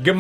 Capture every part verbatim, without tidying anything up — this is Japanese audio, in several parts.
Good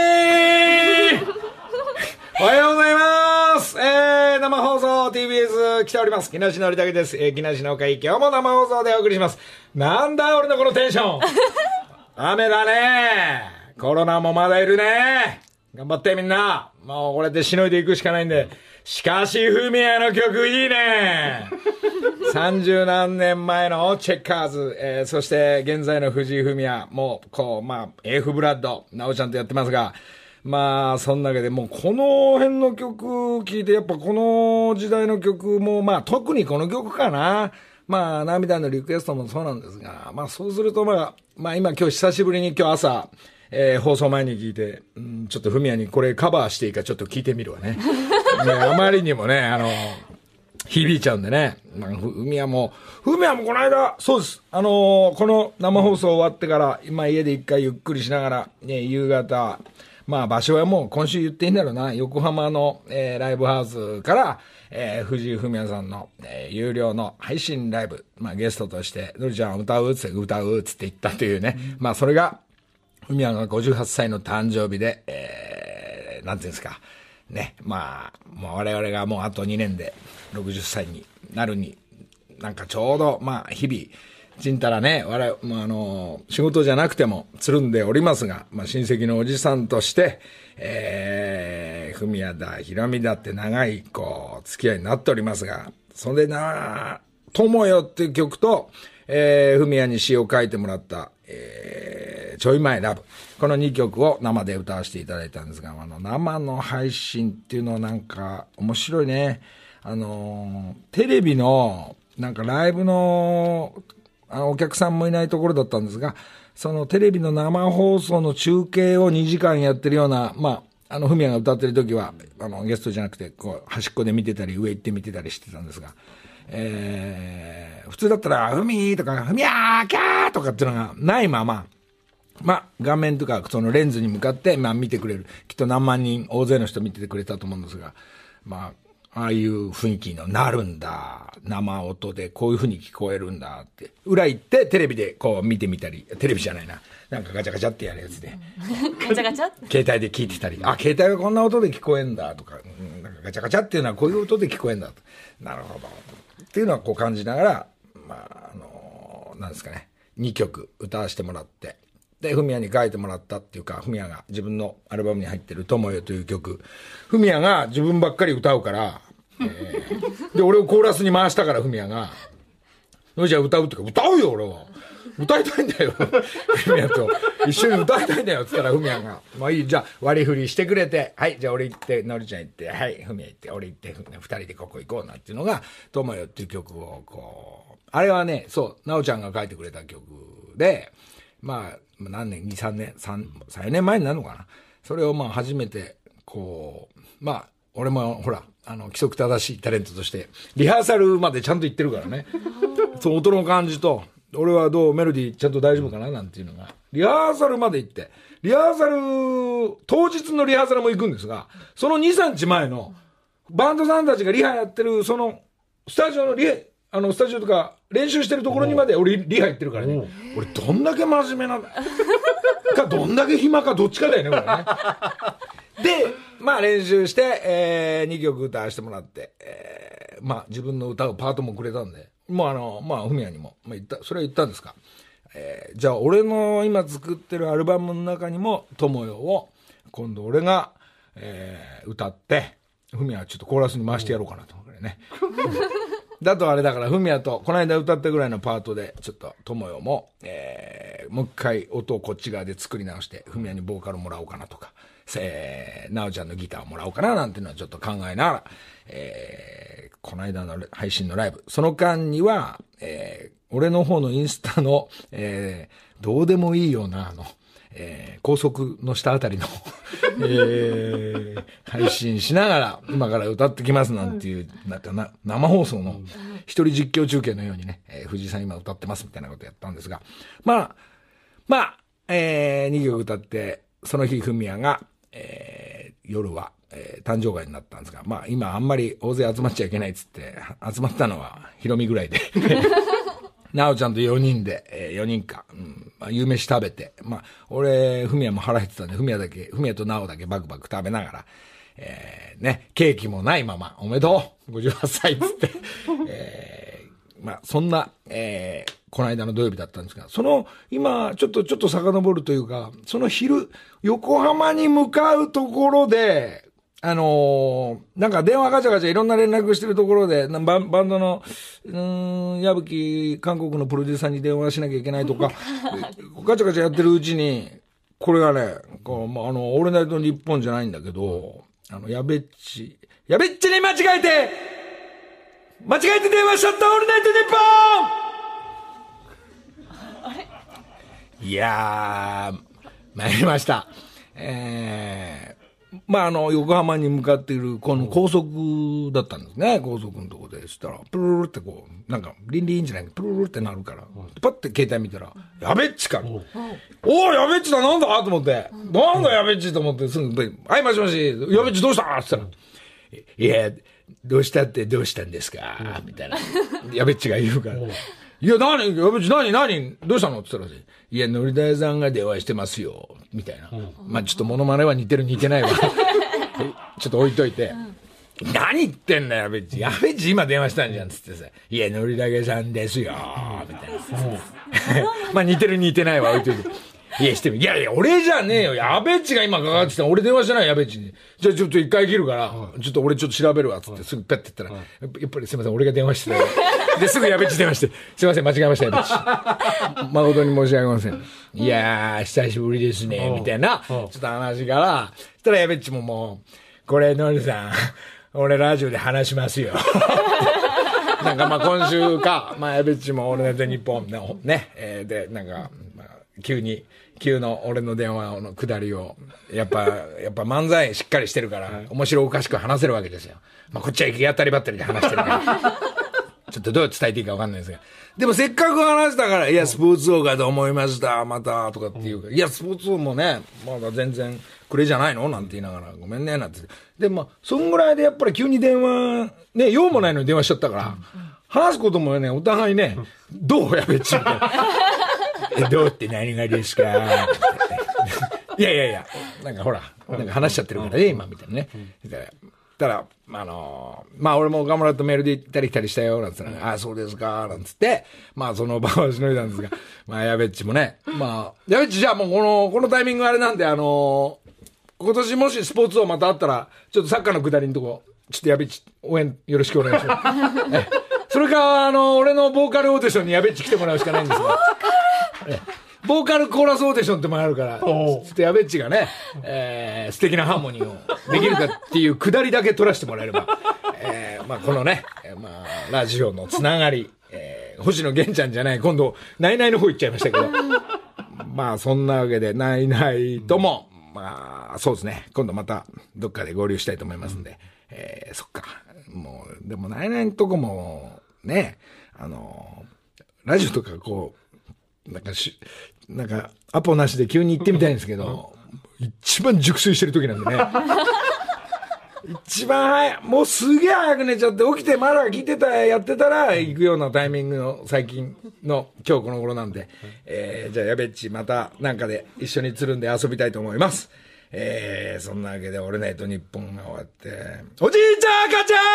morning! おはようございます。えー、生放送 ティービーエス 来ております。木梨憲武です。えー、木梨の会、今日も生放送でお送りします。なんだ俺のこのテンション。雨だね。コロナもまだいるね。頑張ってみんな。もうこれでしのいでいくしかないんで。しかしフミヤの曲いいね。三十何年前のチェッカーズ、えー、そして現在の藤井フミヤもこうまあエーフブラッドなおちゃんとやってますが、まあそんなわけでもうこの辺の曲聴いてやっぱこの時代の曲もまあ特にこの曲かな。まあ涙のリクエストもそうなんですが、まあそうするとまあまあ今今日久しぶりに今日朝、えー、放送前に聞いて、うん、ちょっとフミヤにこれカバーしていいかちょっと聞いてみるわね。ね、あまりにもね、あの、響いちゃうんでね。まあ、ふみやも、ふみやもこの間、そうです。あのー、この生放送終わってから、今家で一回ゆっくりしながら、ね、夕方、まあ場所はもう今週言っていいんだろうな、横浜の、えー、ライブハウスから、えー、藤井フミヤさんの、えー、有料の配信ライブ、まあゲストとして、のりちゃん歌うつって歌うつって言ったというね、うん、まあそれが、フミヤがごじゅうはっさいの誕生日で、えー、なんていうんですか、ね、まあ、もう我々がもうあとにねんでろくじゅっさいになるに、なんかちょうど、まあ、日々、ちんたらね、我々、まあ、あの、仕事じゃなくてもつるんでおりますが、まあ、親戚のおじさんとして、えー、ふみやだ、ひろみだって長い、こう、付き合いになっておりますが、それでな、友よっていう曲と、えー、ふみやに詩を書いてもらった、えー、ちょい前ラブ。このにきょくを生で歌わせていただいたんですが、あの、生の配信っていうのはなんか面白いね。あの、テレビの、なんかライブの、あの、お客さんもいないところだったんですが、そのテレビの生放送の中継をにじかんやってるような、まあ、あの、フミヤが歌ってる時は、あの、ゲストじゃなくて、こう、端っこで見てたり、上行って見てたりしてたんですが、えー、普通だったら、ふみーとか、ふみやーキャーとかっていうのがないまま、まあ、画面とか、そのレンズに向かって、まあ見てくれる。きっと何万人、大勢の人見ててくれたと思うんですが、まあ、ああいう雰囲気のなるんだ。生音でこういう風に聞こえるんだって。裏行ってテレビでこう見てみたり、テレビじゃないな。なんかガチャガチャってやるやつで。 ガチャガチャ携帯で聞いてたり、あ、携帯がこんな音で聞こえんだとか、うん、なんかガチャガチャっていうのはこういう音で聞こえんだと。なるほど。っていうのはこう感じながら、まあ、あのー、なんですかね。にきょく歌わせてもらって。で、フミヤに書いてもらったっていうか、フミヤが自分のアルバムに入ってる友よという曲、フミヤが自分ばっかり歌うから、えー、で、俺をコーラスに回したから、フミヤが、のじゃあ歌うってか、歌うよ、俺は。歌いたいんだよ。フミヤと一緒に歌いたいんだよ、つったら、フミヤが、まあいい、じゃあ割り振りしてくれて、はい、じゃあ俺行って、のりちゃん行って、はい、フミヤ行って、俺行って、二人でここ行こうなっていうのが、友よっていう曲を、こう、あれはね、そう、なおちゃんが書いてくれた曲で、まあ、何年、に、さんねん、さん、さん、よねんまえになるのかな。それをまあ初めて、こう、まあ、俺もほら、あの、規則正しいタレントとして、リハーサルまでちゃんと言ってるからね。その音の感じと、俺はどう、メロディーちゃんと大丈夫かななんていうのが、リハーサルまで行って、リハーサル、当日のリハーサルも行くんですが、そのに、さんにちまえの、バンドさんたちがリハやってる、その、スタジオのリハ、あの、スタジオとか、練習してるところにまで俺リハ行ってるからね。俺どんだけ真面目なんだか、どんだけ暇かどっちかだよね、これね。で、まあ練習して、えー、にきょく歌わせてもらって、えー、まあ自分の歌うパートもくれたんで、もうあの、まあフミヤにも、まあ言った、それは言ったんですか。えー、じゃあ俺の今作ってるアルバムの中にも、友よを、今度俺が、えー、歌って、フミヤはちょっとコーラスに回してやろうかなと思うからね。だとあれだから、フミヤと、この間歌ったぐらいのパートで、ちょっと、友よも、えー、もう一回音をこっち側で作り直して、フミヤにボーカルもらおうかなとか、えー、なおちゃんのギターをもらおうかななんていうのはちょっと考えながら、えー、この間の配信のライブ、その間には、えー、俺の方のインスタの、えー、どうでもいいような、あの、えー、高速の下あたりの、えー、配信しながら今から歌ってきますなんていう、なんかな生放送の一人実況中継のようにね、えー、藤井さん今歌ってますみたいなことやったんですが、まあ、まあ、えー、にきょく歌って、その日フミヤが、えー、夜は、えー、誕生会になったんですが、まあ今あんまり大勢集まっちゃいけないっつって、集まったのはヒロミぐらいで、なおちゃんとよにんで、えー、よにんか、うんまあ、夕飯食べて、まあ、俺、ふみやも腹減ってたんで、ふみやだけ、ふみやとなおだけバクバク食べながら、えー、ね、ケーキもないまま、おめでとう !ごじゅうはっさいっつって、えー、まあ、そんな、えー、この間の土曜日だったんですが、その、今、ちょっと、ちょっと遡るというか、その昼、横浜に向かうところで、あのー、なんか電話ガチャガチャいろんな連絡してるところで、バン、バンドの、うーん、矢吹、韓国のプロデューサーに電話しなきゃいけないとか、ガチャガチャやってるうちに、これがね、こうまあ、あの、オールナイトニッポンじゃないんだけど、あの、やべっち、やべっちに間違えて、間違えて電話しちゃったオールナイトニッポンあれいやー、参りました。えー、まあ、あの、横浜に向かっている、この高速だったんですね。高速のとこで。そしたら、プルルルってこう、なんか、リンリンじゃない、プルルルってなるから、パッて携帯見たら、やべっちか。おお、やべっちだ、なんだと思って。なんだやべっちと思って、すぐ、はい、もしもし、やべっちどうしたって言ったら、いや、どうしたってどうしたんですかみたいな。やべっちが言うから。いや、何やべっち、何何どうしたのって言ったら、いや、のりだやさんが電話してますよ。みたいな。まあちょっとモノマネは似てる似てないわ。ちょっと置いといて。何言ってんだよ、やべっち。やべっち今電話したんじゃん。つってさ。いや、のりだけさんですよ。みたいな。まあ似てる似てないわ、置いといて。いや、してみ。いやいや、俺じゃねえよ。やべっちが今かかってきた。俺電話してない、やべっちに。じゃあちょっと一回切るから、ちょっと俺ちょっと調べるわ。つってすぐペッて言ったら、やっぱりすいません、俺が電話してた。で、すぐやべっち電話して、すいません、間違えました、やべっち。誠に申し訳ございません。いやー、久しぶりですね、みたいな、ちょっと話から、そしたらやべっちももう、これ、のりさん、俺ラジオで話しますよ。なんかまあ今週か、まあやべっちも俺の全日本のね、えー、で、なんか、まあ、急に、急の俺の電話の下りを、やっぱ、やっぱ漫才しっかりしてるから、面白おかしく話せるわけですよ。まあこっちは行き当たりばったりで話してるから。ちょっとどうやって伝えていいか分かんないですが。でもせっかく話したから、いや、スポーツ王かと思いました、また、とかっていうか、いや、スポーツ王もね、まだ全然、くれじゃないのなんて言いながら、ごめんね、なんて。で、まあ、そんぐらいでやっぱり急に電話、ね、用もないのに電話しちゃったから、話すこともね、お互いね、どうやべっちみたいな。え、どうって何がですかいやいやいや、なんかほら、なんか話しちゃってるからね、今、みたいなね。たら、あのー、まあ俺も岡村とメールで行ったり来たりしたよ、なんつったら、ああ、そうですか、なんつって、まあその場をしのいだんですが、まあやべっちもね、まあ、やべっちじゃあもうこの、このタイミングあれなんで、あのー、今年もしスポーツ王またあったら、ちょっとサッカーの下りのとこ、ちょっとやべっち、応援よろしくお願いします。それか、あのー、俺のボーカルオーディションにやべっち来てもらうしかないんですが。ボーカルコーラスオーディションってもあるから、ちょっとやべっちがね、えー、素敵なハーモニーをできるかっていうくだりだけ取らせてもらえれば、えー、まあこのね、まあラジオのつながり、えー、星野源ちゃんじゃない、今度、ナイナイの方行っちゃいましたけど、まあそんなわけで、ナイナイとも、まあそうですね、今度またどっかで合流したいと思いますんで、えー、そっか、もう、でもナイナイのとこも、ね、あの、ラジオとかこう、なんかし、なんか、アポなしで急に行ってみたいんですけど、一番熟睡してる時なんでね。一番早い、もうすげえ早く寝ちゃって、起きてまだ聞いてた、やってたら行くようなタイミングの最近の今日この頃なんで、えー、じゃあやべっちまたなんかで一緒につるんで遊びたいと思います。えー、そんなわけでオールナイトニッポンが終わって、おじいちゃん赤ちゃ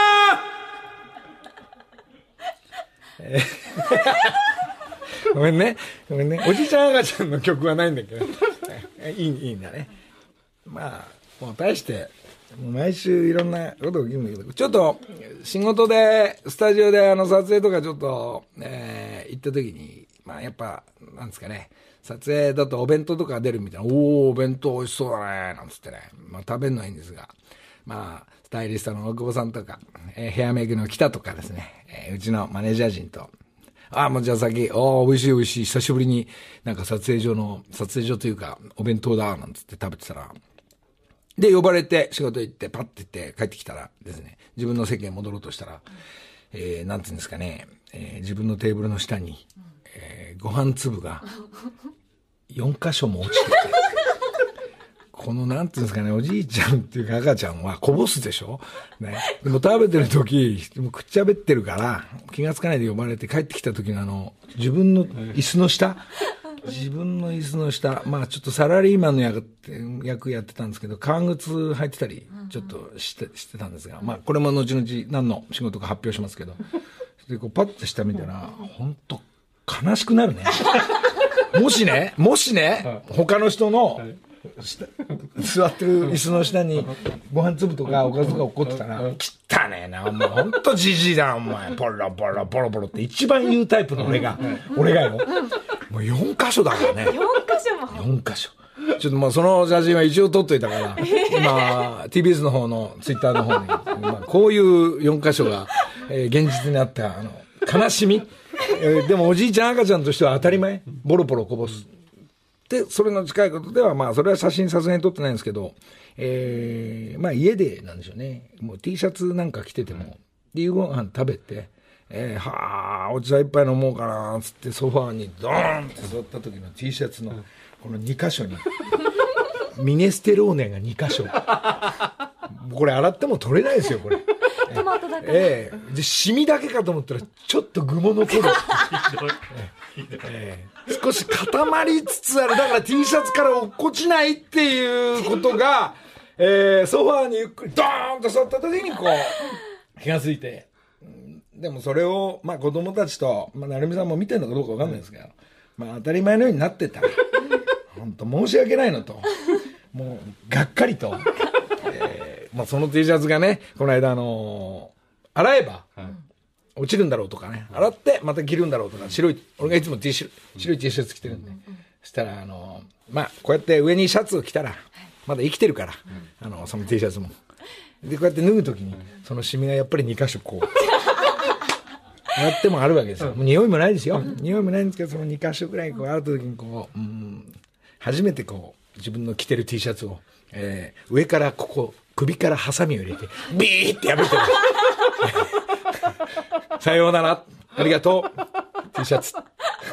んえーごめんね。ごめんね。おじいちゃん赤ちゃんの曲はないんだけど。いい、いいんだね。まあ、もう大して、毎週いろんなことを言うんだけど、ちょっと仕事で、スタジオであの撮影とかちょっと、えー、行った時に、まあやっぱ、なんですかね、撮影だとお弁当とか出るみたいな、おー、お弁当美味しそうだね、なんつってね。まあ食べるのはいいんですが、まあ、スタイリストの大久保さんとか、えー、ヘアメイクの北とかですね、えー、うちのマネージャー陣と、ああ、もうじゃあ先、おー、美味しい美味しい、久しぶりになんか撮影所の、撮影所というか、お弁当だ、なんつって食べてたら、で、呼ばれて仕事行って、パッて行って帰ってきたらですね、自分の席へ戻ろうとしたら、えー、なんていうんですかね、えー、自分のテーブルの下に、えー、ご飯粒がよん箇所も落ちてて、このなんていうんですかね、おじいちゃんっていうか赤ちゃんはこぼすでしょね。でも食べてる時、もうくっちゃべってるから、気がつかないで呼ばれて帰ってきた時のあの、自分の椅子の下、 自分の椅子の下、まあちょっとサラリーマンの役役やってたんですけど、革靴履いてたり、ちょっとして、してたんですが、まあこれも後々何の仕事か発表しますけど、で、こうパッと下見たら、本当悲しくなるね。もしね、もしね、他の人の、座ってる椅子の下にご飯粒とかおかずが落っこってたら、汚ねえな、お前、ほんとじじいだな、お前、ポロポロポロポロって一番言うタイプの俺が、俺がよ。もうよん箇所だからね。 よん箇所も。 よん箇所。ちょっとまあその写真は一応撮っといたから、今、ティービーエス の方のツイッターの方に、まあこういうよん箇所が、えー、現実にあった、あの、悲しみ。えー、でもおじいちゃん赤ちゃんとしては当たり前。ボロボロこぼす。で、それの近いことでは、まあ、それは写真さすがに撮ってないんですけど、えー、まあ、家でなんでしょうね。もう T シャツなんか着てても、夕ご飯食べて、えー、はあ、お茶一杯飲もうかな、つってソファーにドーンって座った時の T シャツの、このに箇所に、ミネステローネがに箇所。これ洗っても取れないですよ、これ。 トマトだけ。 ええー、で、シミだけかと思ったら、ちょっと具も残る。えー、少し固まりつつある。だから T シャツから落っこちないっていうことが、えー、ソファーにゆっくりドーンと座った時にこう、気がついて。でもそれを、まあ子供たちと、まあ成美さんも見てるのかどうかわかんないですけど、まあ当たり前のようになってたら、本当申し訳ないのと、もう、がっかりと、えー、まあその T シャツがね、この間あのー、洗えば、はい、落ちるんだろうとかね、洗ってまた着るんだろうとか、白い、俺がいつも T シャツ、白い T シャツ着てるんで、そしたらあのー、まあこうやって上にシャツを着たら、まだ生きてるから、あのー、その T シャツも。で、こうやって脱ぐときに、そのシミがやっぱりに箇所こう、やってもあるわけですよ。もう匂いもないですよ。匂いもないんですけど、そのに箇所ぐらいこうあるときにこう、うん、初めてこう、自分の着てる T シャツを、えー、上からここ、首からハサミを入れて、ビーって破ってる。さようなら。ありがとう。T シャツ。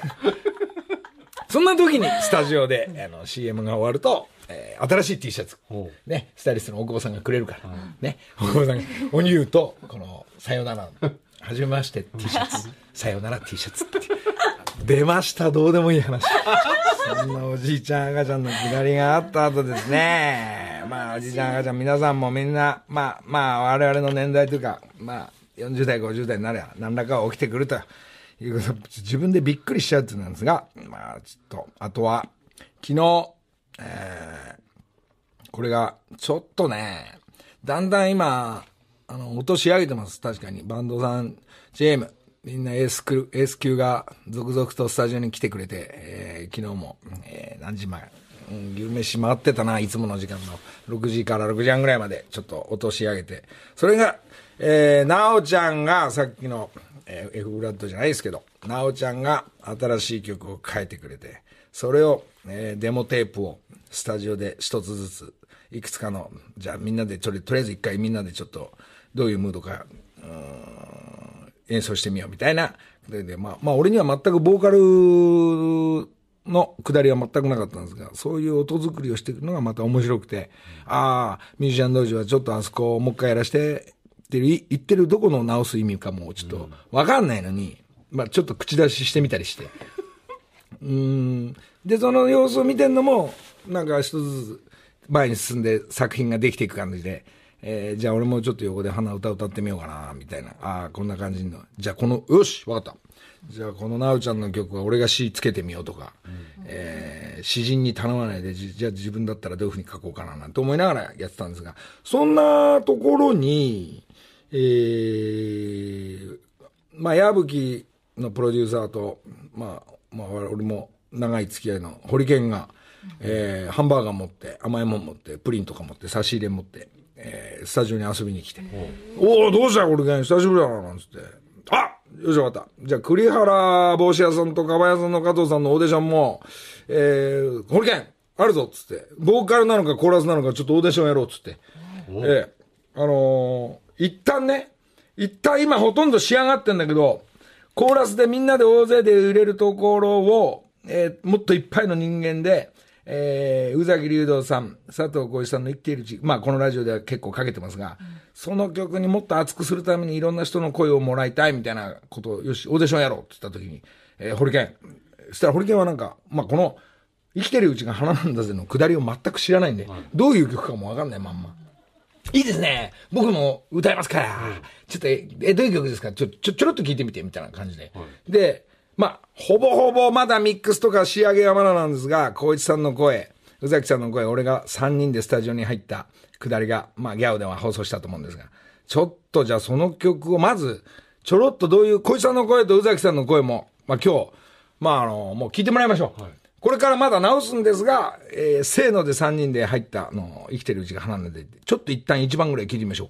そんな時にスタジオであの シーエム が終わると、えー、新しい T シャツ。ね、スタイリストの大久保さんがくれるから。ね、大久保さんが、おにゅうと、この、さようなら。はじめまして T シャツ。さようなら T シャツって。出ました、どうでもいい話。そんなおじいちゃん赤ちゃんのくだりがあった後ですね。まあ、おじいちゃん赤ちゃん皆さんもみんな、まあ、まあ、我々の年代というか、まあ、よんじゅう代、ごじゅう代になれば何らかは起きてくるということ、自分でびっくりしちゃうっていうんですが、まあ、ちょっと、あとは、昨日、えー、これが、ちょっとね、だんだん今、あの、落とし上げてます。確かに。バンドさん、ジェーム、みんなエースク、エース級が続々とスタジオに来てくれて、えー、昨日も、えー、何時前、うん、夕飯回ってたな、いつもの時間のろくじからろくじはんぐらいまでちょっと落とし上げて、それが、えー、なおちゃんがさっきの、えー、F ブラッドじゃないですけど、なおちゃんが新しい曲を書いてくれて、それを、えー、デモテープをスタジオで一つずつ、いくつかの、じゃあみんなで、とりあえず一回みんなでちょっと、どういうムードか、うーん、演奏してみようみたいな。で、でまあ、まあ俺には全くボーカルの下りは全くなかったんですが、そういう音作りをしていくのがまた面白くて、うん、ああ、ミュージシャン道場はちょっとあそこをもう一回やらしてって言ってるどこの直す意味かもちょっとわかんないのに、まあちょっと口出ししてみたりして。うーん。で、その様子を見てんのも、なんか一つずつ前に進んで作品ができていく感じで、えー、じゃあ俺もちょっと横で鼻歌歌ってみようかな、みたいな。ああ、こんな感じの。じゃあこの、よし、わかった。じゃあこのなおちゃんの曲は俺が詩つけてみようとか、うん、えー、詩人に頼まないで、じゃあ自分だったらどういうふうに書こうかな、なんて思いながらやってたんですが、そんなところに、えー、まあ、矢吹のプロデューサーと、まあ、まあ、俺も長い付き合いのホリケンが、えー、ハンバーガー持って、甘いもん持って、プリンとか持って、差し入れ持って、えー、スタジオに遊びに来て、おお、どうしたホリケン、久しぶりだな、なんつって、あよし、わかった。じゃあ、栗原帽子屋さんとカバ屋さんの加藤さんのオーディションも、えー、ホリケン、あるぞ、つって、ボーカルなのかコーラスなのか、ちょっとオーディションやろう、つって。えー、あのー、一旦ね、一旦今ほとんど仕上がってんだけど、コーラスでみんなで大勢で売れるところを、えー、もっといっぱいの人間で、えー、宇崎竜童さん、佐藤浩市さんの生きている地、まあこのラジオでは結構かけてますが、うん、その曲にもっと熱くするためにいろんな人の声をもらいたいみたいなことを、よし、オーディションやろうって言った時に、えー、ホリケン、 そしたらホリケンはなんか、まあこの、生きてるうちが花なんだぜの下りを全く知らないんで、はい、どういう曲かもわかんないまんま。いいですね。僕も歌いますから。はい、ちょっと、え、どういう曲ですかちょ、ちょ、ちょろっと聞いてみて、みたいな感じで。はい、で、まあ、ほぼほぼまだミックスとか仕上げはまだなんですが、光一さんの声、宇崎さんの声、俺がさんにんでスタジオに入った下りが、まあ、ギャオでは放送したと思うんですが、ちょっとじゃあその曲をまず、ちょろっとどういう、光一さんの声と宇崎さんの声も、まあ今日、まああの、もう聞いてもらいましょう。はい、これからまだ直すんですが、えー、せーのでさんにんで入ったの、生きてるうちが花なんで、ちょっと一旦いちばんぐらい聞いてみましょう。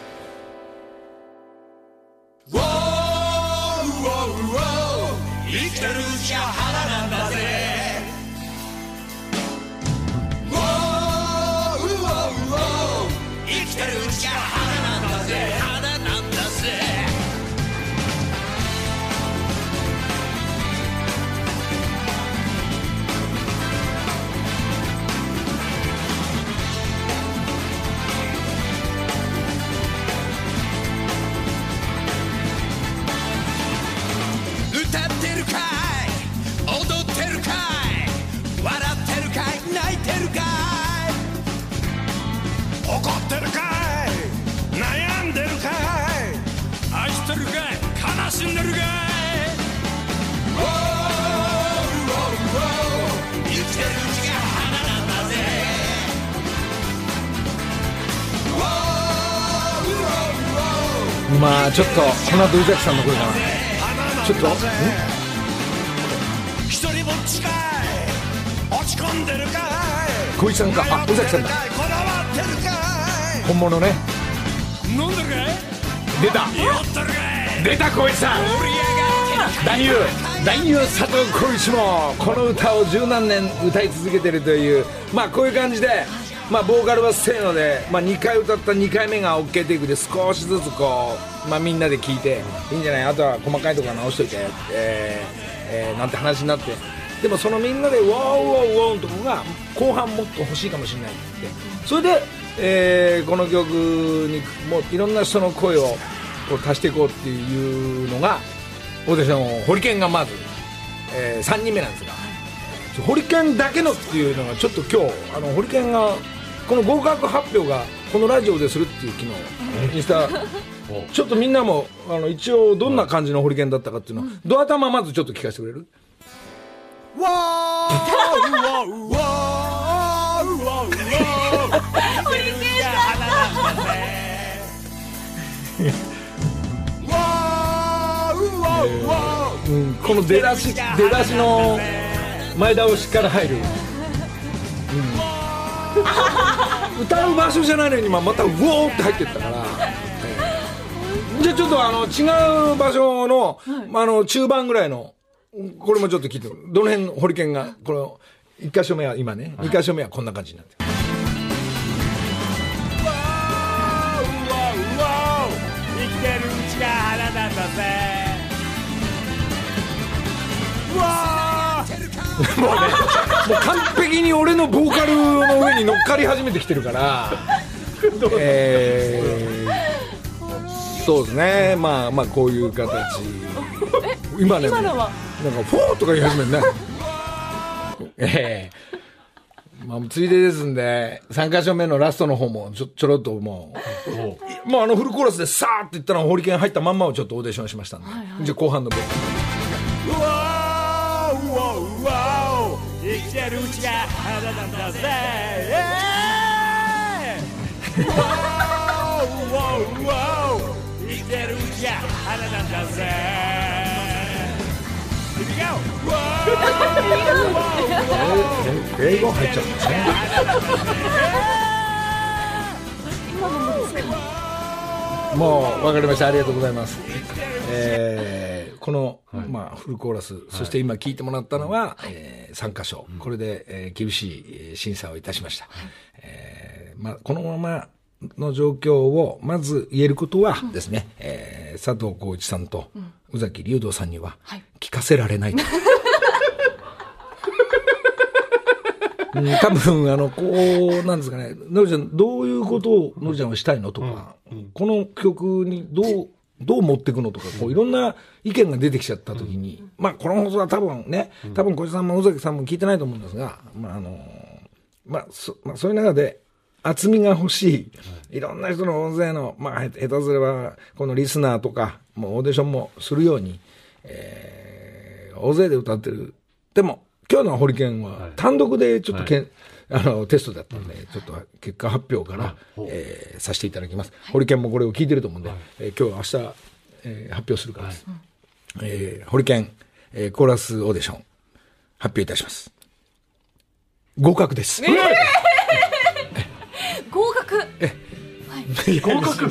ウォーウォーウォー生きてるうちが花なんだぜ。ウォーウォーウォー生きてるうちが花なんだぜ。花なんだぜ。怒ってるかい悩んでるかい愛してるかい悲しんでるかい。ウォーウォーウォー生きてるうちが花なんだぜ。ウォーウォーウォーまあちょっとこの後宇崎さんの声かな。ちょっと一人ぼっちかい落ち込んでるかい。小石さんか。あ、宇崎さんだ。本物ね。飲んでるかい。出た出た小石さん。男優男優佐藤浩市もこの歌を十何年歌い続けてるという、まあこういう感じで、まあボーカルはせーので、まあにかい歌ったにかいめが OK テイクで少しずつこう、まあみんなで聴いていいんじゃない、あとは細かいところ直しといて、えーえー、なんて話になって、でもそのみんなでワーウォーウォーのとこが後半もっと欲しいかもしれないって、それで、えー、この曲にもういろんな人の声をこう足していこうっていうのが私のホリケンがまず、えー、さんにんめなんですが、ホリケンだけのっていうのがちょっと今日あのホリケンがこの合格発表がこのラジオでするっていう昨日インスタちょっとみんなもあの一応どんな感じのホリケンだったかっていうのを、うん、ドア玉まずちょっと聞かせてくれる。わーわーわーわーわーホリケンうん、この出だし出だしの前倒しから入る、うん、歌う場所じゃないのにまたウォーって入ってったから、えー、じゃあちょっとあの違う場所の、はい、あの中盤ぐらいのこれもちょっと聞いてどの辺ホリケンがこのいっかしょめは今ね、はい、にかしょめはこんな感じになってる。生きてるうちが花なんだぜ。うわーもうね、もう完璧に俺のボーカルの上に乗っかり始めてきてるからえー、そうですね、まあまあこういう形今ね、今のはなんかフォーとか言い始めるねえーまあ、ついでですんでさんかしょめのラストの方もちょ、ちょろっともうもうあのフルコーラスでさーって言ったのホリケン入ったまんまをちょっとオーディションしましたんで、はいはい、じゃあ後半の僕うわーうわーうわー生きてるうちが花なんだぜ、えー、うわーうわーうわー生きてるうちが花なんだぜ。英語入っちゃうんですね。もう分かりました、ありがとうございます。えー、この、はい、まあ、フルコーラス、はい、そして今聞いてもらったのは、はい、えー、さんかしょ、これで、えー、厳しい審査をいたしました。はい、えーまあ、このままの状況をまず言えることはですね、うん、えー、佐藤浩市さんと宇崎竜童さんには聞かせられないと、はいうん、多分あのこうなんですかね、のりちゃんどういうことをのりちゃんはしたいのとか、うんうん、この曲にどうどう持っていくのとか、こういろんな意見が出てきちゃったときに、うん、まあこの放送は多分ね、多分小池さんも尾崎さんも聞いてないと思うんですが、まああの、まあそ、まあそういう中で厚みが欲しい、いろんな人の大勢の、まあ下手すればこのリスナーとか、もうオーディションもするように、えー、大勢で歌ってる。でも今日のホリケンは単独でちょっとけん、はいあのテストだったんで、ちょっと結果発表から、えー、させていただきます。ホリケンもこれを聞いてると思うんで、えー、今日明日、えー、発表するからです。はいえー、ホリケン、えー、コーラスオーディション発表いたします。合格です。えー、 合格。 え、はい、合格。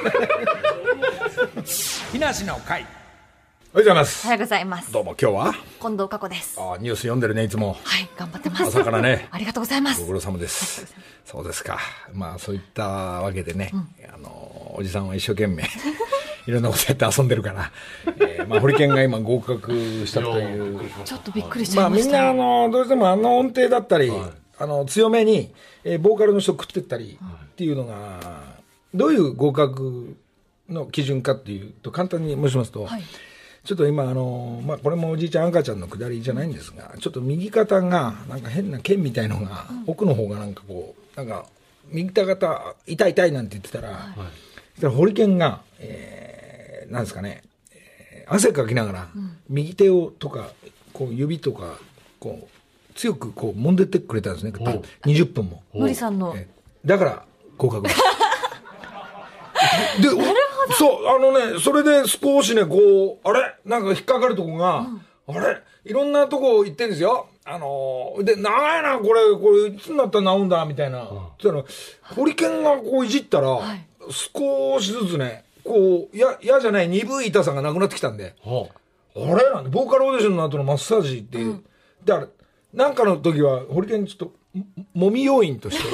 木梨の会。おはようございます。 おはようございます。 どうも今日は近藤佳子です。 あニュース読んでるねいつも。 はい頑張ってます。 朝からね。 ありがとうございます。 ご苦労様です。そうですか。まあそういったわけでね、うん、あのおじさんは一生懸命いろんなことやって遊んでるから、えー、まあホリケンが今合格したという。 ちょっとびっくりしちゃいました。 まあみんなあのどうしてもあの音程だったり、はい、あの強めに、えー、ボーカルの人食ってったりっていうのがどういう合格の基準かっていうと簡単に申しますと。はいちょっと今あの、まあ、これもおじいちゃん赤ちゃんのくだりじゃないんですがちょっと右肩がなんか変な剣みたいのが、うん、奥の方がなんかこうなんか右肩痛い痛いなんて言ってたら、はい、そしたらホリケンが、えー、なんですかね、えー、汗かきながら、うん、右手をとかこう指とかこう強くこう揉んでってくれたんですねにじゅっぷんものりさんの、 えー、だから合格ですでなるほどそうあのねそれで少しねこうあれなんか引っかかるとこが、うん、あれいろんなとこ行ってんですよあのー、で長いなこれこれいつになったら治んだみたいな、うん、そしたらホリケンがこういじったら、はい、少しずつねこうや嫌じゃない鈍い痛さがなくなってきたんで、はあ、あれなんでボーカルオーディションの後のマッサージって、うん、だからなんかの時はホリケンちょっともみ要員として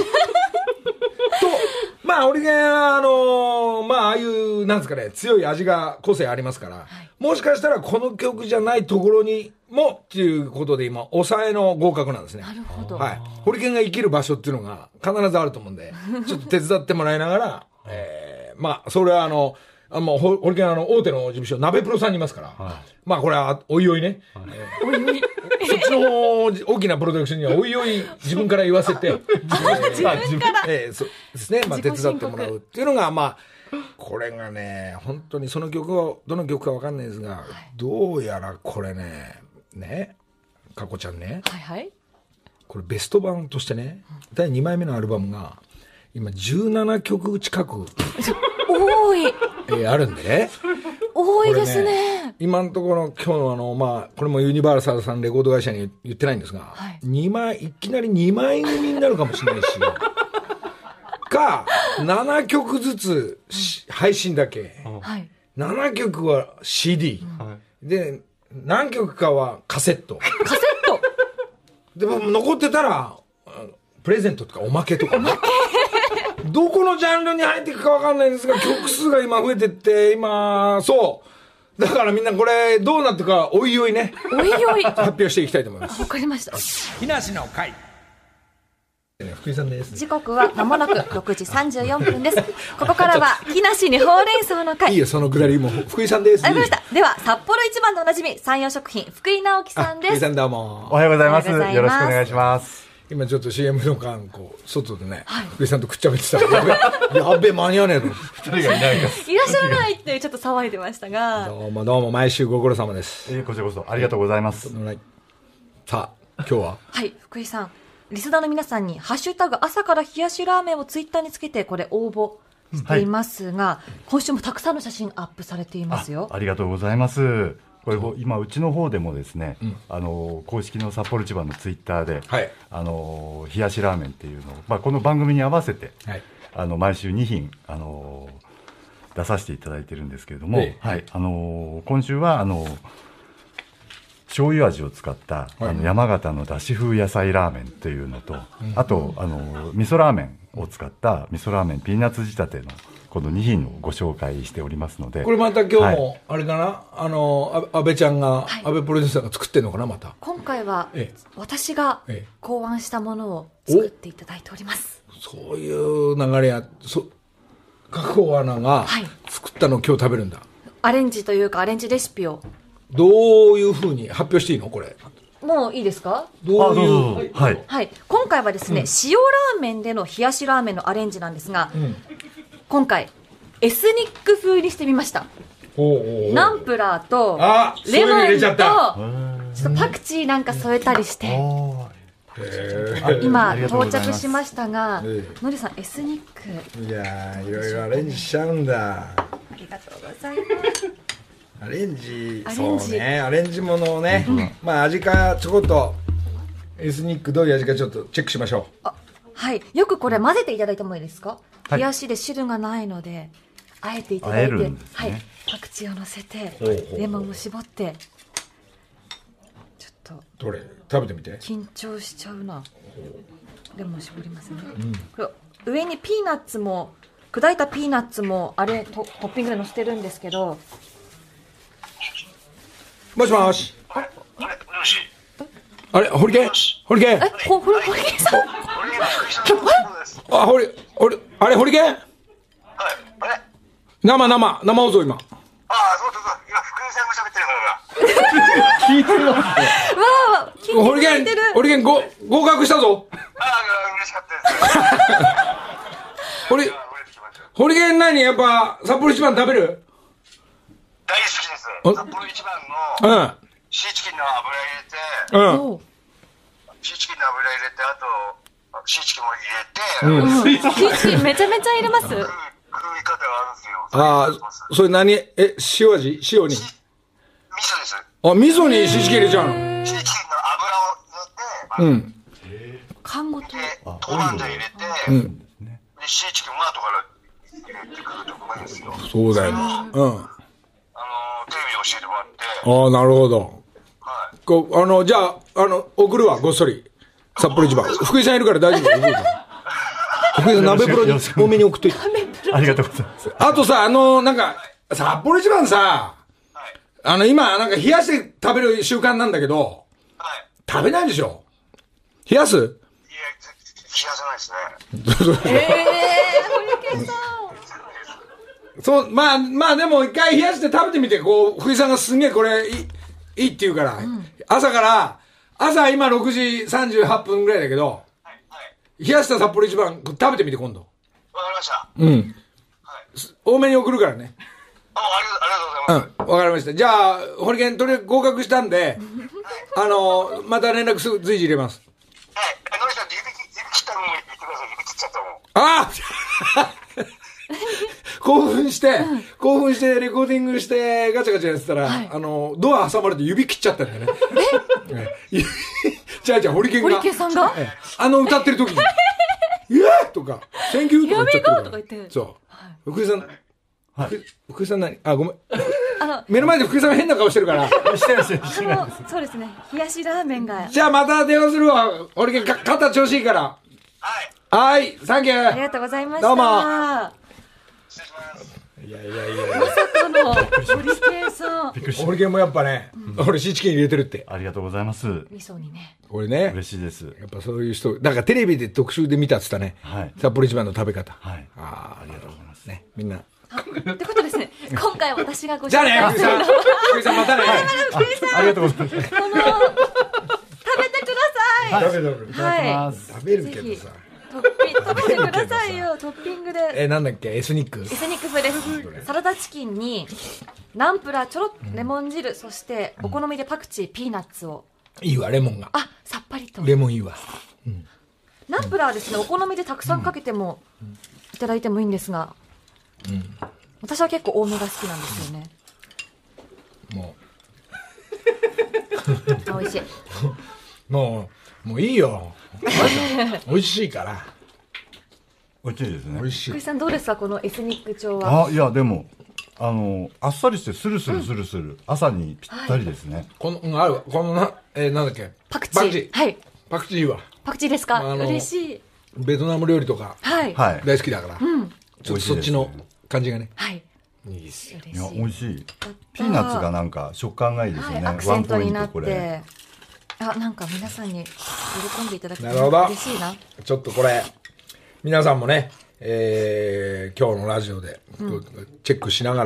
まあ、ホリケンは、あのー、まあ、ああいう、なんですかね、強い味が、個性ありますから、はい、もしかしたらこの曲じゃないところにも、っていうことで今、抑えの合格なんですね。 なるほど。 はい。ホリケンが生きる場所っていうのが必ずあると思うんで、ちょっと手伝ってもらいながら、えー、まあ、それはあの、あのホリケンはあの、大手の事務所、鍋プロさんにいますから、はい、まあ、これは、おいおいね。はい、えー、おいおい。そっちの方、大きなプロダクションには、おいおい、自分から言わせて、 自分から、 えー、そうですね、まあ、手伝ってもらうっていうのが、まあ、これがね、本当にその曲は、どの曲かわかんないですが、はい、どうやらこれね、ね、かこちゃんね、 はいはい、 これベスト版としてね、だいにまいめのアルバムが、今じゅうななきょく近く、 多い、 えー、あるんでね。 多いですね。 ね今のところ今日のあの、まあ、これもユニバーサルさんレコード会社に言ってないんですが、はい、にまい、いきなりにまい組になるかもしれないし、か、ななきょくずつ、うん、配信だけ、はい、ななきょくは シーディー、うん、で、何曲かはカセット。 カセットでも残ってたら、プレゼントとかおまけとか、ね。おまけどこのジャンルに入っていくか分かんないんですが、曲数が今増えてって、今、そう。だからみんなこれ、どうなっていくか、おいおいね。 おいおい。 発表していきたいと思います。 わかりました。 木梨の会。福井さんです。 時刻は間もなくろくじさんじゅうよんぷんです。ここからは、木梨にほうれん草の会。 いいよ、そのくだりも。福井さんです。 ありました。では、札幌一番のおなじみ、山陽食品、福井直樹さんです。 福井さんどうも。 おはようございます。よろしくお願いします。 今ちょっと シーエム の間こう外でね、はい、福井さんとくっちゃべってたらやべえ間に合わねえとふたりがいないからいらっしゃらないってちょっと騒いでましたがどうもどうも毎週ご苦労様です、 えー、こちらこそありがとうございます、はい、 さあ今日ははい福井さんリスナーの皆さんにハッシュタグ朝から冷やしラーメンをツイッターにつけてこれ応募していますが、はい、今週もたくさんの写真アップされていますよ。 あ, ありがとうございます。これ今うちの方でもですね、うん、あの公式の札幌一番のツイッターで、はい、あの冷やしラーメンっていうのを、まあ、この番組に合わせて、はい、あの毎週に品あの出させていただいてるんですけれども、ええはい、あの今週はあの醤油味を使った、はい、あの山形のだし風野菜ラーメンというのと、うん、あとあの味噌ラーメンを使った味噌ラーメンピーナッツ仕立てのこのに品をご紹介しておりますので、 これまた今日もあれかな、はい、あの安倍ちゃんが、はい、安倍プロデューサーが作ってるのかな。また今回は、ええ、私が考案したものを作っていただいております。 そういう流れやそ各校アナが作ったのを今日食べるんだ。 アレンジというかアレンジレシピを。 どういうふうに発表していいのこれ。 もういいですか？ どういう。 はい。 はい。今回はですね、うん、塩ラーメンでの冷やしラーメンのアレンジなんですが、うん、今回、エスニック風にしてみました。 おうおうナンプラーと、レモンと、ちょっとパクチーなんか添えたりして、今到着しましたが、のりさんエスニック。 いやー、いろいろアレンジしちゃうんだ。 ありがとうございます。 アレンジ、そうね、アレンジものをね、うん、まあ味かちょこっとエスニックどういう味かちょっとチェックしましょう。あ、 はい、よくこれ混ぜていただいてもいいですか？冷やしで汁がないので、あえていただいて、ね、はい、パクチーを乗せて、レモンを絞って、ちょっとどれ食べてみて。 緊張しちゃうな。レモン絞りますね。うん、これ上にピーナッツも砕いたピーナッツもあれ ト, トッピングで乗せてるんですけど。 もしもし。あれ、あれ、ホリケン、ホリケン。 え、ホホリケンさん。 あ、ホリ、ホリ、あれ、ホリケン。はい。あれ。生、生、生放送今。ああ、そうそうそう、今福井さんが喋ってるから。聞いてるわ。わあ、聞いてる。ホリケン、ホリケン、ご、合格したぞ。ああ、嬉しかったです。ホリ、ホリケン何、やっぱ札幌一番食べる？ 大好きです。札幌一番のシーチキンの油入れて、うん、シーチキンの油入れて、あとシーチキンも入れて、うん、 シーチキンめちゃめちゃ入れます。食い方があるんですよ。 ああ、それ何？え、塩味？塩に？味噌です。あ、味噌にシーチキン入れちゃうの？シーチキンの油を入れて、うん。 缶ごと。 豆板醤入れて、うん。でシーチキンも後から入れてくるとうまいんですよ。 そうだよね。うん。 テレビ教えてもらって。 ああ、なるほど。はい。こう、あの、じゃあ、あの、送るわ、ごっそり。札幌一番。福井さんいるから大丈夫。送るから。福井さん、鍋プロに多めに送っといて。 ありがとうございます。 あとさ、あの、なんか、札幌一番さ、はい、あの、今、なんか冷やして食べる習慣なんだけど、はい、食べないでしょ？冷やす？いや、冷やさないですね。ええー、堀池さん。 そう、まあ、まあでも一回冷やして食べてみて、こう、福井さんがすんげえこれいい、いいって言うから、うん、朝から、朝今ろくじさんじゅうはっぷんぐらいだけど、はいはい、冷やした札幌一番食べてみて今度。 わかりました。 うん。はい、多めに送るからね。 あ、ありがとうございます。 うん、わかりました。じゃあ、ホリケンとりあえず合格したんで、あの、また連絡すぐ随時入れます。 はい。のりさん、指切ったのも言ってください。指切っちゃったもん。 ああ興奮して、うん、興奮してレコーディングしてガチャガチャやってたら、はい、あのドア挟まれて指切っちゃったんだよね。え？じゃあじゃあホリケンがホリケンさんがあの歌ってる時に「イエー!」とか「センキュー!」とか言っちゃってるから。 とか言ってそう。はい、福井さん、はい、福井さん何？あ、ごめん。あの目の前で福井さんが変な顔してるから。してるしてるしてる。 そうですね。冷やしラーメンが。 じゃあまた電話するわ。ホリケンか肩調子いいから。はい。はい、サンキュー。 ありがとうございました。 どうも。いやいやいや、 まさかのホリケンさん。 ホリケンもやっぱね、うん、俺シーチキン入れてるって。 ありがとうございます。 味噌にね。 俺ね、 嬉しいです。 やっぱそういう人、だからテレビで特集で見たっつったね。はい。札幌一番の食べ方。 はい。 ああ、ありがとうございますね。みんな。 ってことですね。今回私がご紹介じゃあね、福井さん。福井さんまたね。 福井さん。 ありがとうございます。 この食べてください。 食べる。 はい。 食べるけどさ。 トッピン食べてくださいよ。トッピングで。 え、なんだっけ？エスニック？エスニック風です。サラダチキンにナンプラー、ちょろっレモン汁、うん、そしてお好みでパクチー、ピーナッツを。 いいわ、レモンが。 あ、さっぱりと。 レモンいいわ。 うん、ナンプラーですね、お好みでたくさんかけてもいただいてもいいんですが、うん、私は結構多めが好きなんですよね。 もう。美味しい。 もう、もういいよ。美味しいから。 美味しいですね。 美味しい。 福井さんどうですかこのエスニック調は。 あ、いやでもあのあっさりしてスルスルスルスル、うん、朝にぴったりですね。はい、 この、うん、あるわ。このな、えー、なんだっけ。 パクチー。パクチー。はい。 パクチーいいわ。 パクチーですか。あの嬉しい。 ベトナム料理とか。 はい。 大好きだから。 うん。 ちょっとそっちの感じがね。 はい。 いいですよ。 いや美味しい。ピーナッツがなんか食感がいいですよね。 アクセントになって。あ、なんか皆さんに喜んでいただけて嬉しいな。 ちょっとこれ皆さんもね、えー、今日のラジオで、うん、チェックしながら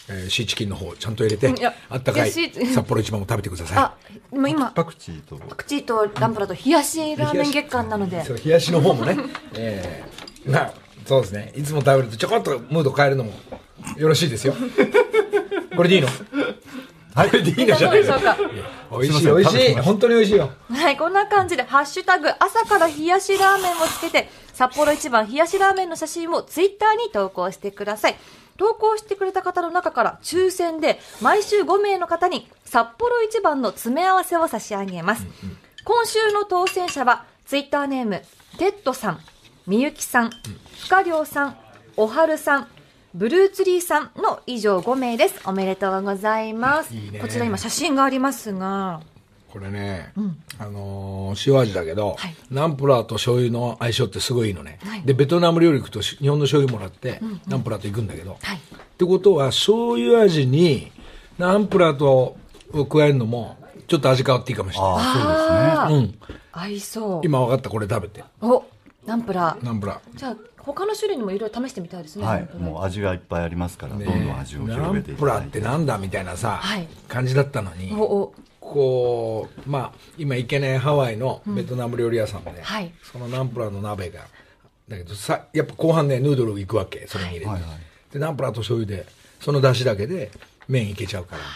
えー、シーチキンの方ちゃんと入れて、あったかい札幌一番も食べてください。 あ、でも今パクチーとパクチーとナンプラーと冷やしラーメン月間なので、 そう冷やしの方もね、えー、まあそうですね、いつも食べるとちょこっとムード変えるのもよろしいですよ。これでいいの？はい、これでいいのじゃないですか。美味しい美味しい、本当に美味しいよ。 はい、こんな感じでハッシュタグ朝から冷やしラーメンをつけて札幌一番冷やしラーメンの写真をツイッターに投稿してください。投稿してくれた方の中から抽選で毎週ごめいの方に札幌一番の詰め合わせを差し上げます。うんうん、今週の当選者はツイッターネームテッドさん、みゆきさん、ふかりょうさん、おはるさん、ブルーツリーさんの以上ごめいです。おめでとうございます。いいね、こちら今写真がありますが、 これね、うん、あのー、塩味だけど、はい、ナンプラーと醤油の相性ってすごいいいのね、はい、でベトナム料理行くと日本の醤油もらって、うんうん、ナンプラーと行くんだけど、はい、ってことは醤油味にナンプラーとを加えるのもちょっと味変わっていいかもしれない。 ああ、そうですね、 うん、合いそう。 今分かった、これ食べて。 お、ナンプラー、 ナンプラー、 じゃあ他の種類にもいろいろ試してみたいですね。 はい、もう味がいっぱいありますから、ね、どんどん味を広げていただいて。 ナンプラーってなんだみたいなさ、はい、感じだったのに、おお、こう、まあ、今行けないハワイのベトナム料理屋さんで、うん、はい、そのナンプラーの鍋が、だけどさ、やっぱ後半ね、ヌードル行くわけ、それに入れて、はいはいはい、でナンプラーと醤油でその出汁だけで麺いけちゃうから、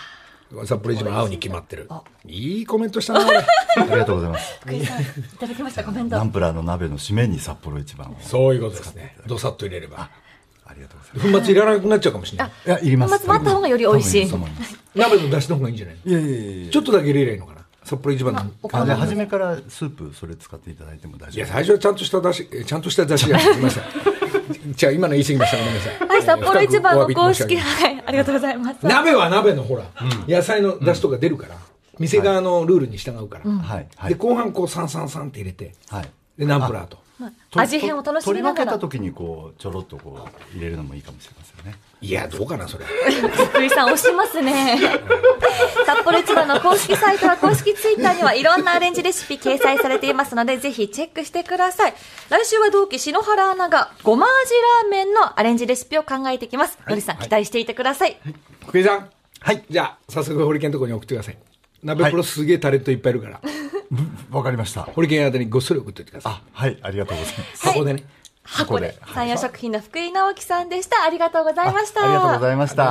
札幌一番合うに決まってる。いいコメントしたな。ありがとうございます。 福井さん、いただきました、コメント。 ナンプラーの鍋の締めに札幌一番を。 そういうことですね。どさっと入れれば。 ありがとうございます。 粉末いらなくなっちゃうかもしれない。 いや、いります。 粉末もあった方がより美味しい。 鍋の出汁の方がいいんじゃない？ いやいやいや、 ちょっとだけ入れればいいのかな。札幌一番の。 あ、じゃあ初めからスープそれ使っていただいても大丈夫？ いや、最初はちゃんとした出汁、ちゃんとした出汁がすみません。じゃあ今の言い過ぎました、ごめんなさい。 はい、札幌一番の公式、はい、ありがとうございます。 鍋は鍋のほら、野菜の出汁とか出るから、店側のルールに従うから。はい。で、後半こうサンサンサンって入れて、はい。で、ナンプラーと。 味変を楽しみながら。 取り分けた時にこう、ちょろっとこう、入れるのもいいかもしれませんね。 いや、どうかな、それ。 福井さん、押しますね。札幌一番の公式サイトは公式ツイッターにはいろんなアレンジレシピ掲載されていますので、ぜひチェックしてください。来週は同期篠原アナがごま味ラーメンのアレンジレシピを考えてきます。のりさん、期待していてください。 福井さん。はい。じゃあ、早速、ホリケンのところに送ってください。鍋プロすげえタレントいっぱいいるから。 わかりました。 ホリケンあたりにごっそり送っておいてください。 あ、はい、ありがとうございます。 箱でね。 箱で。三洋食品の福井直樹さんでした。ありがとうございました。 ありがとうございました。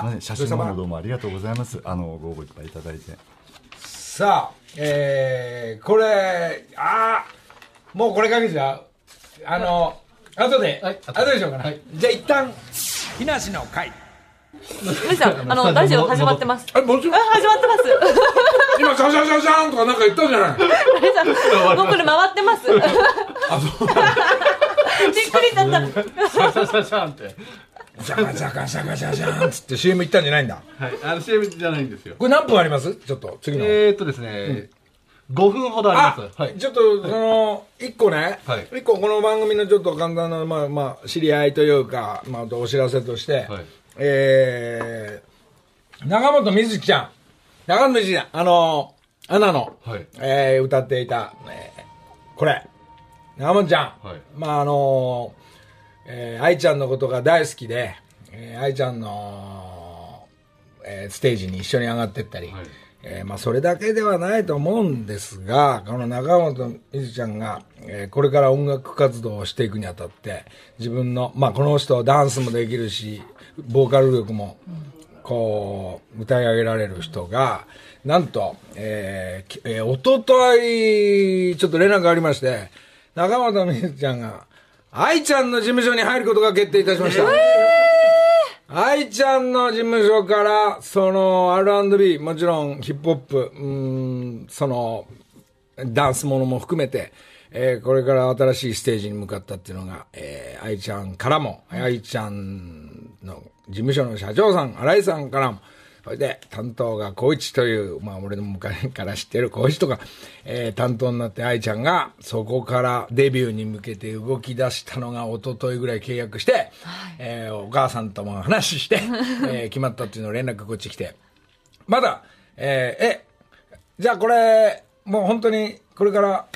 写真の方どうもありがとうございます。あの、ご応募いっぱいいただいて。 さあ、えー、これ、あー、もうこれかけちゃう。あの、後で、後でしょうかな。じゃあ一旦、木梨の会。 皆さん、あの、ラジオ始まってます。 あ、もちろん。 始まってます。 今、シャシャシャシャンとかなんか言ったじゃない。 僕で回ってます。あ、そう。びっくりしちゃった。 シャシャシャシャンって。 ジャカジャカジャカジャジャンつって シーエム 行ったんじゃないんだ。 はい。あの シーエム じゃないんですよ。 これ何分あります？ちょっと、次の。 えーっとですね、ごふんほどあります。 はい。ちょっと、その、一個ね、一個この番組のちょっと簡単な、まあまあ、知り合いというか、まあ、お知らせとして、えー、長本美月ちゃん。長本美月ちゃん。あの、アナの、はい、えー、歌っていた、えー、これ。長本ちゃん。はい、まあ、あの、えー、愛ちゃんのことが大好きで、えー、愛ちゃんの、えー、ステージに一緒に上がってったり、はい、えー、まあ、それだけではないと思うんですが、この長本美月ちゃんが、えー、これから音楽活動をしていくにあたって、自分の、まあ、この人ダンスもできるし、ボーカル力も、こう、歌い上げられる人が、なんと、えー、えー、おととい、ちょっと連絡がありまして、中本美月ちゃんが、愛ちゃんの事務所に入ることが決定いたしました。えー、愛ちゃんの事務所から、その、アールアンドビー、もちろんヒップホップ、うーん、その、ダンスものも含めて、えー、これから新しいステージに向かったっていうのが、えー、愛ちゃんからも、愛ちゃんの事務所の社長さん、新井さんからも、それで、担当が光一という、まあ、俺の昔から知ってる光一とか、えー、担当になって愛ちゃんが、そこからデビューに向けて動き出したのが、一昨日ぐらい契約して、はい、えー、お母さんとも話して、えー、決まったっていうのを連絡こっち来て、まだ、えー、え、じゃあこれ、もう本当に、これから、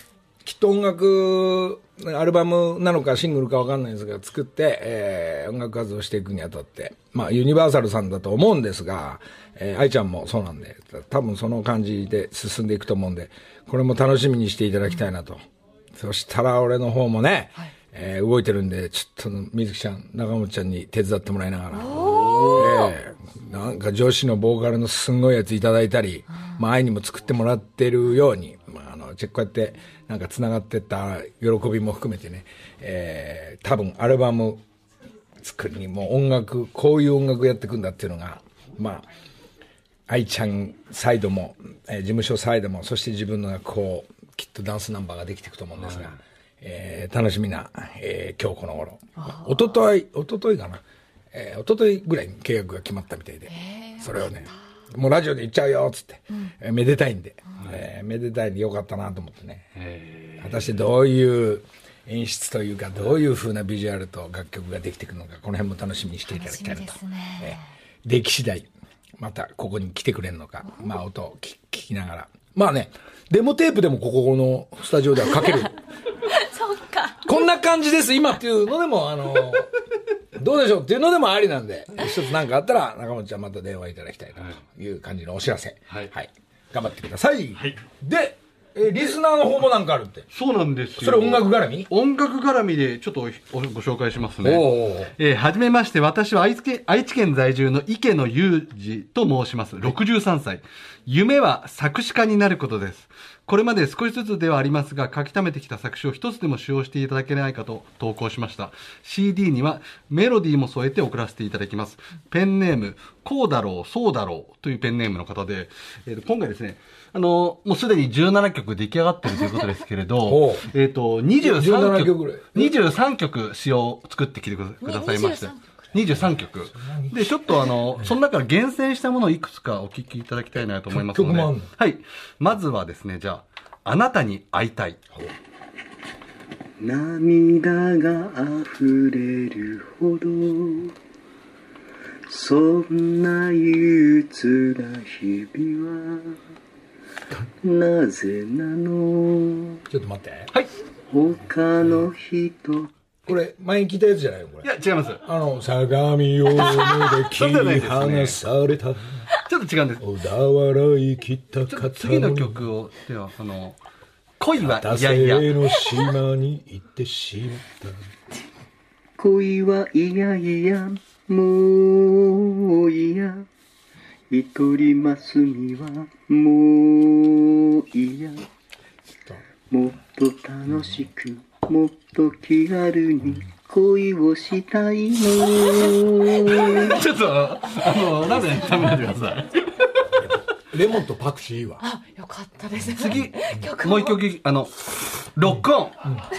きっと音楽、アルバムなのかシングルかわかんないですが、作って、えー、音楽活動していくにあたって、まあ、ユニバーサルさんだと思うんですが、えー、愛ちゃんもそうなんで、多分その感じで進んでいくと思うんで、これも楽しみにしていただきたいなと。うん、そしたら俺の方もね、はい、えー、動いてるんで、ちょっと水木ちゃん、中本ちゃんに手伝ってもらいながら、えー、なんか女子のボーカルのすんごいやついただいたり、うん、まあ愛にも作ってもらってるように、まああの、チェックこうやってなんか繋がってった喜びも含めてね、えー、多分アルバム作りにも音楽、こういう音楽やっていくんだっていうのが、まあ、愛ちゃんサイドも、えー、事務所サイドも、そして自分のがこう、きっとダンスナンバーができていくと思うんですが、はい、えー、楽しみな、えー、今日この頃。おととい、おとといかな。えー、おとといぐらいに契約が決まったみたいで、それをね、もうラジオで言っちゃうよ、つって、うん、えー、めでたいんで、うん、えー、めでたいんでよかったなと思ってね。果たしてどういう演出というか、どういう風なビジュアルと楽曲ができていくのか、この辺も楽しみにしていただきたいなと。ね、えー、出来次第、またここに来てくれるのか、まあ音を聞きながら。まあね、デモテープでもここのスタジオではかける。 そうか。 こんな感じです今っていうのでも、あの、どうでしょうっていうのでもありなんで、一つ何かあったら中本ちゃんまた電話いただきたいなという感じのお知らせ。はい。はい。頑張ってください。はい。で、え、リスナーの方もなんかあるって。 そうなんですよ。 それ音楽絡み？ 音楽絡みでちょっとご紹介しますね。おー。えー、はじめまして、私は愛知県、愛知県在住の池野裕二と申します。ろくじゅうさんさい。夢は作詞家になることです。これまで少しずつではありますが、書き溜めてきた作詞を一つでも使用していただけないかと投稿しました。シーディー にはメロディーも添えて送らせていただきます。ペンネーム、こうだろう、そうだろうというペンネームの方で、えー、今回ですね、あの、もうすでにじゅうななきょく出来上がってるということですけれど、えっと、にじゅうさんきょく、にじゅうさんきょく詩を作ってきてくださいました。にじゅうさんきょく。で、ちょっとあの、その中から厳選したものをいくつかお聞きいただきたいなと思いますので。はい。まずはですね、じゃあ、あなたに会いたい。 涙が溢れるほど、そんな憂鬱な日々は、なぜなの。 ちょっと待って。 はい。 他の人。 これ、前に聞いたやつじゃないのこれ。 いや、違います。 あの、相模大野で切り離された。 ちょっと違うんです。 小田笑い切った方。次の曲を、では、あの、恋はいやいや。 片の島に行ってしまった。 恋はいやいや、もういや。一人ますみは、もういや。もっと楽しく。もっと気軽に恋をしたいの。 ちょっと、あの、ラーメン食べないでください。 レモンとパクチーいいわ。 あ、よかったです。 次、もう一曲、あの、ロックオン。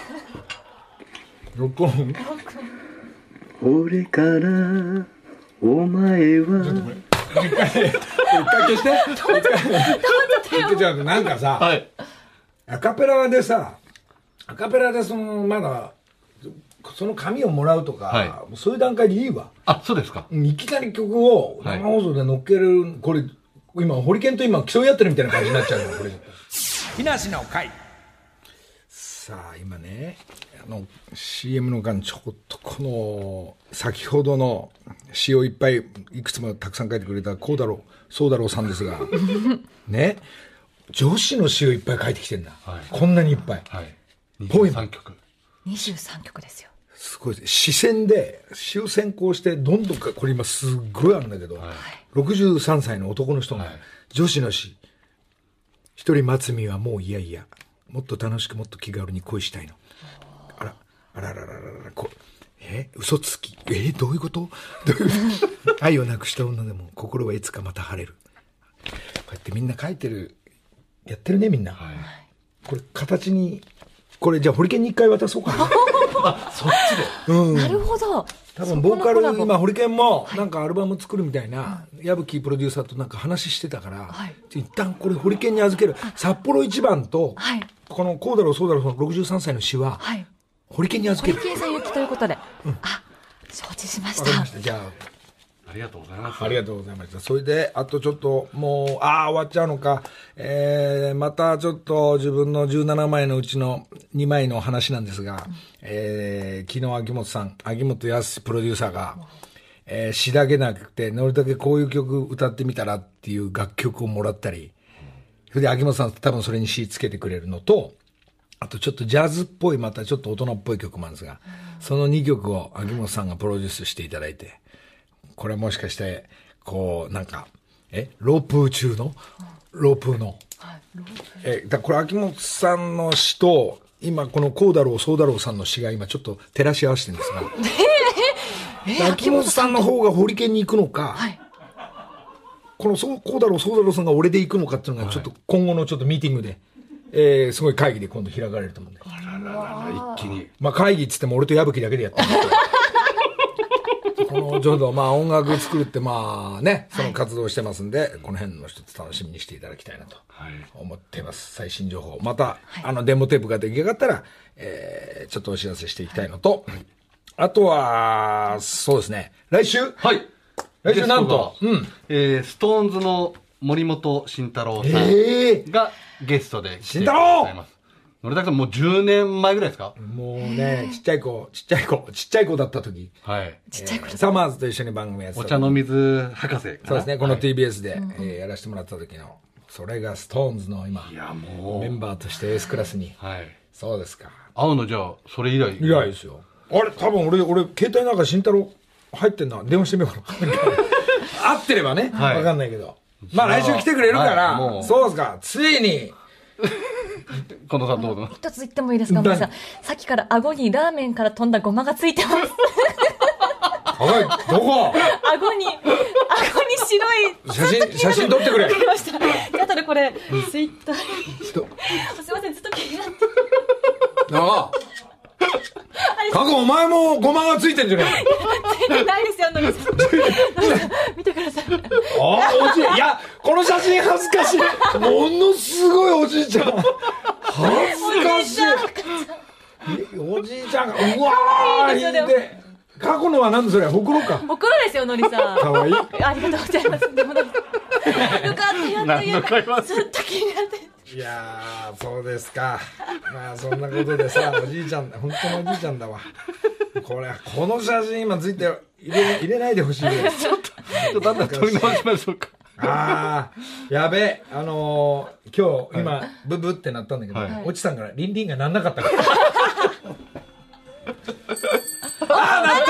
ロックオン。 俺からお前は。ちょっとこれ。 一回、一回消して。一回、じゃあなんかさ、はい、アカペラでさ、アカペラでその、まだ、その紙をもらうとか、はい、そういう段階でいいわ。 あ、そうですか。 いきなり曲を生放送で乗っける、はい、これ、今、ホリケンと今競い合ってるみたいな感じになっちゃうの、これ。木梨の会。さあ、今ね、あの、シーエム の間、ちょっとこの、先ほどの詩をいっぱい、いくつもたくさん書いてくれた、こうだろう、そうだろうさんですが、ね、女子の詩をいっぱい書いてきてんだ。はい、こんなにいっぱい。はい、 ポエム。にじゅうさんきょく。 にじゅうさんきょくですよ。 すごいです。視線で、詩を先行して、どんどんか、これ今すっごいあるんだけど、はい、ろくじゅうさんさいの男の人が、はい、女子の詩、一人待つ身はもういやいや、もっと楽しくもっと気軽に恋したいの。あら、あらららららら、こえ嘘つき。えどういうことどういう愛をなくした女でも心はいつかまた晴れる。こうやってみんな書いてる、やってるねみんな。はい、これ形に、これじゃあホリケンに一回渡そうかな。 あ、そっちで。 うん。なるほど。 多分ボーカル、今ホリケンもなんかアルバム作るみたいな、矢吹プロデューサーとなんか話してたから、はい、一旦これホリケンに預ける。札幌一番と、はい、このこうだろうそうだろうそのろくじゅうさんさいの詩は、はい、ホリケンに預ける。 ホリケンさん行きということで。うん、あ、承知しました。 わかりました。じゃあ、 ありがとうございます。 ありがとうございました。それで、あとちょっと、もう、ああ、終わっちゃうのか。えー、またちょっと自分のじゅうななまいのうちのにまいの話なんですが、うん、えー、昨日秋元さん、秋元康プロデューサーが、えー、詩だけなくて、のりだけこういう曲歌ってみたらっていう楽曲をもらったり、それで秋元さん多分それに詩つけてくれるのと、あとちょっとジャズっぽい、またちょっと大人っぽい曲もあるんですが、うん、そのにきょくを秋元さんがプロデュースしていただいて、これはもしかして、こう、なんか、え、ロープー中のロープーの。はい、ロープー。え、だこれ、秋元さんの詩と、今、このこうだろう、そうだろうさんの詩が今、ちょっと照らし合わせてるんですが。えー、秋元さんの方がホリケンに行くのか、はい、このそう、こうだろう、そうだろうさんが俺で行くのかっていうのが、ちょっと今後のちょっとミーティングで、えー、すごい会議で今度開かれると思うんで。 あらららら、一気に。 まあ、会議っつっても俺と矢吹だけでやってるんですけど。このちょうどまあ音楽作るってまあね、その活動してますんで、はい、この辺の一つ楽しみにしていただきたいなと思っています。最新情報。また、はい、あのデモテープが出来上がったら、えー、ちょっとお知らせしていきたいのと、はい、あとは、そうですね、来週はい。 来週なんと、 うん。えー、ストーンズの森本慎太郎さんがゲストで来てくださいます。のりたけさんもうじゅうねんまえぐらいですか？ もうね、ちっちゃい子、ちっちゃい子、ちっちゃい子だった時。 はい。 ちっちゃい子、えー、サマーズと一緒に番組やってた。 お茶の水博士。 そうですね、この ティービーエス で、はい、えー、やらせてもらった時の、それがストーンズの今、 いやもうメンバーとしてエースクラスに。 はい。 そうですか。 会うのじゃあ、それ以来。 以来ですよ。あれ、多分俺、俺、携帯なんか慎太郎入ってんな。電話してみようかな。合ってればね、わ、はい、かんないけど。まあ来週来てくれるから、はい、そうですか、ついに、 近藤さんどうぞ。 一つ言ってもいいですか、皆さん。さっきから顎にラーメンから飛んだゴマがついてます。 はい、どこ？ 顎に、顎に白い。 写真、写真撮ってくれ。 わかりました。で、後でこれ、ツイッターに。すいません、ずっと気になって。 ああ。過去お前もゴマがついてんじゃない？ ついてないですよ、のりさん。見てください。ああ、おじい、いや、この写真恥ずかしい。ものすごいおじいちゃん。恥ずかしい。おじいちゃんが、うわー、いいね。過去のは何でそれ？ほくろか。 ほくろですよ、のりさん。 かわいい。 ありがとうございます。でもよかった、やっと言えた。ずっと気になって。 いやー、そうですか。まあそんなことでさ、おじいちゃん、本当のおじいちゃんだわ。これ、この写真今ついて入れ入れないでほしいです。 ちょっと、ちょっとだんだん取り直しましょうか。 あー、やべえ、あのー、今日、今、はい、ブブってなったんだけど、はい、おちさんからリンリンがなんなかったから。あー、な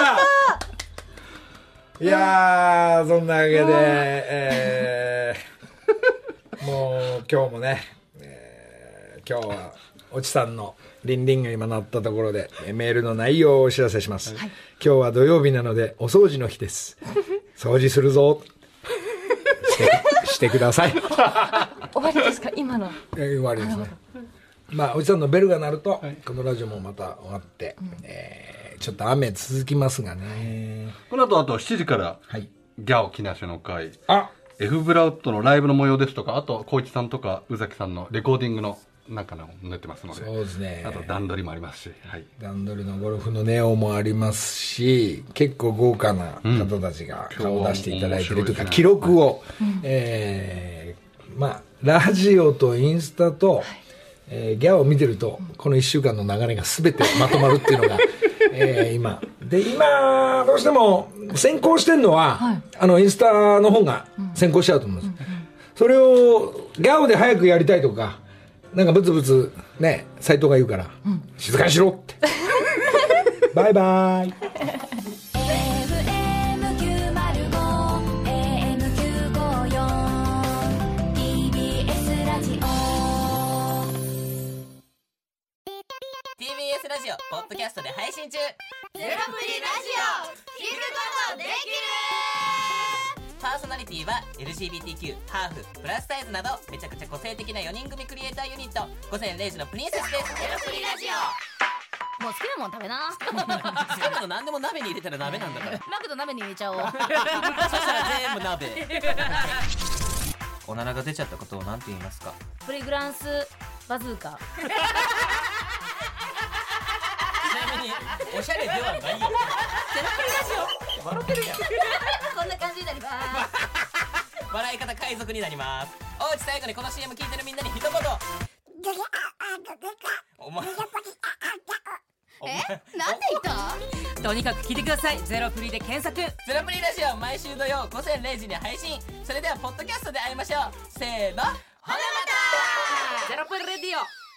ったいやー、そんなわけで、えー、もう今日もね、えー、今日はおちさんのリンリンが今鳴ったところでメールの内容をお知らせします、はい、今日は土曜日なのでお掃除の日です。掃除するぞして、してください。 終わりですか今の？ 終わりですね。まあおじさんのベルが鳴ると、はい、このラジオもまた終わって、うん、えー、ちょっと雨続きますがね。 この後あとしちじから、はい、ギャオ木梨の会、 あ F ブラウッドのライブの模様ですとか、あと光一さんとか宇崎さんのレコーディングのなんかの出てますので、 そうですね。 あと段取りもありますし、はい、 段取りのゴルフのネオもありますし、結構豪華な方たちが顔を出していただいてるというか、うん、記録を、はい、えー、まあラジオとインスタと、はい、えー、ギャオを見てるとこのいっしゅうかんの流れが全てまとまるっていうのが、えー、今で今どうしても先行してるのは、はい、あのインスタの方が先行しちゃうと思います、うんうんうん、それをギャオで早くやりたいとかなんかブツブツね斉藤が言うから、うん、静かにしろってバイバイ。 ティービーエス ラジオポッドキャストで配信中。ゼロプリラジオ聞くことできる。パーソナリティは エルジービーティーキュー、ハーフ、プラスサイズなどめちゃくちゃ個性的なよにん組クリエイターユニット午前れいじのプリンセスです。ゼロプリラジオもう好きなもん食べな。好きなの何でも鍋に入れたら鍋なんだから。マクド鍋に入れちゃおう。そしたら全部鍋。おならが出ちゃったことを何て言いますか？ フレグランスバズーカ。 ちなみにおしゃれではないよ。ゼロプリラジオ笑ってるやんこんな感じになります笑い方海賊になります。おうち最後にこの シーエム 聞いてるみんなに一言。お前えなんで言ったとにかく聞いてください。ゼロプリで検索。ゼロプリラジオ毎週土曜午前れいじに配信。それではポッドキャストで会いましょう。せーの、ほなまた。ゼロプリレディオ。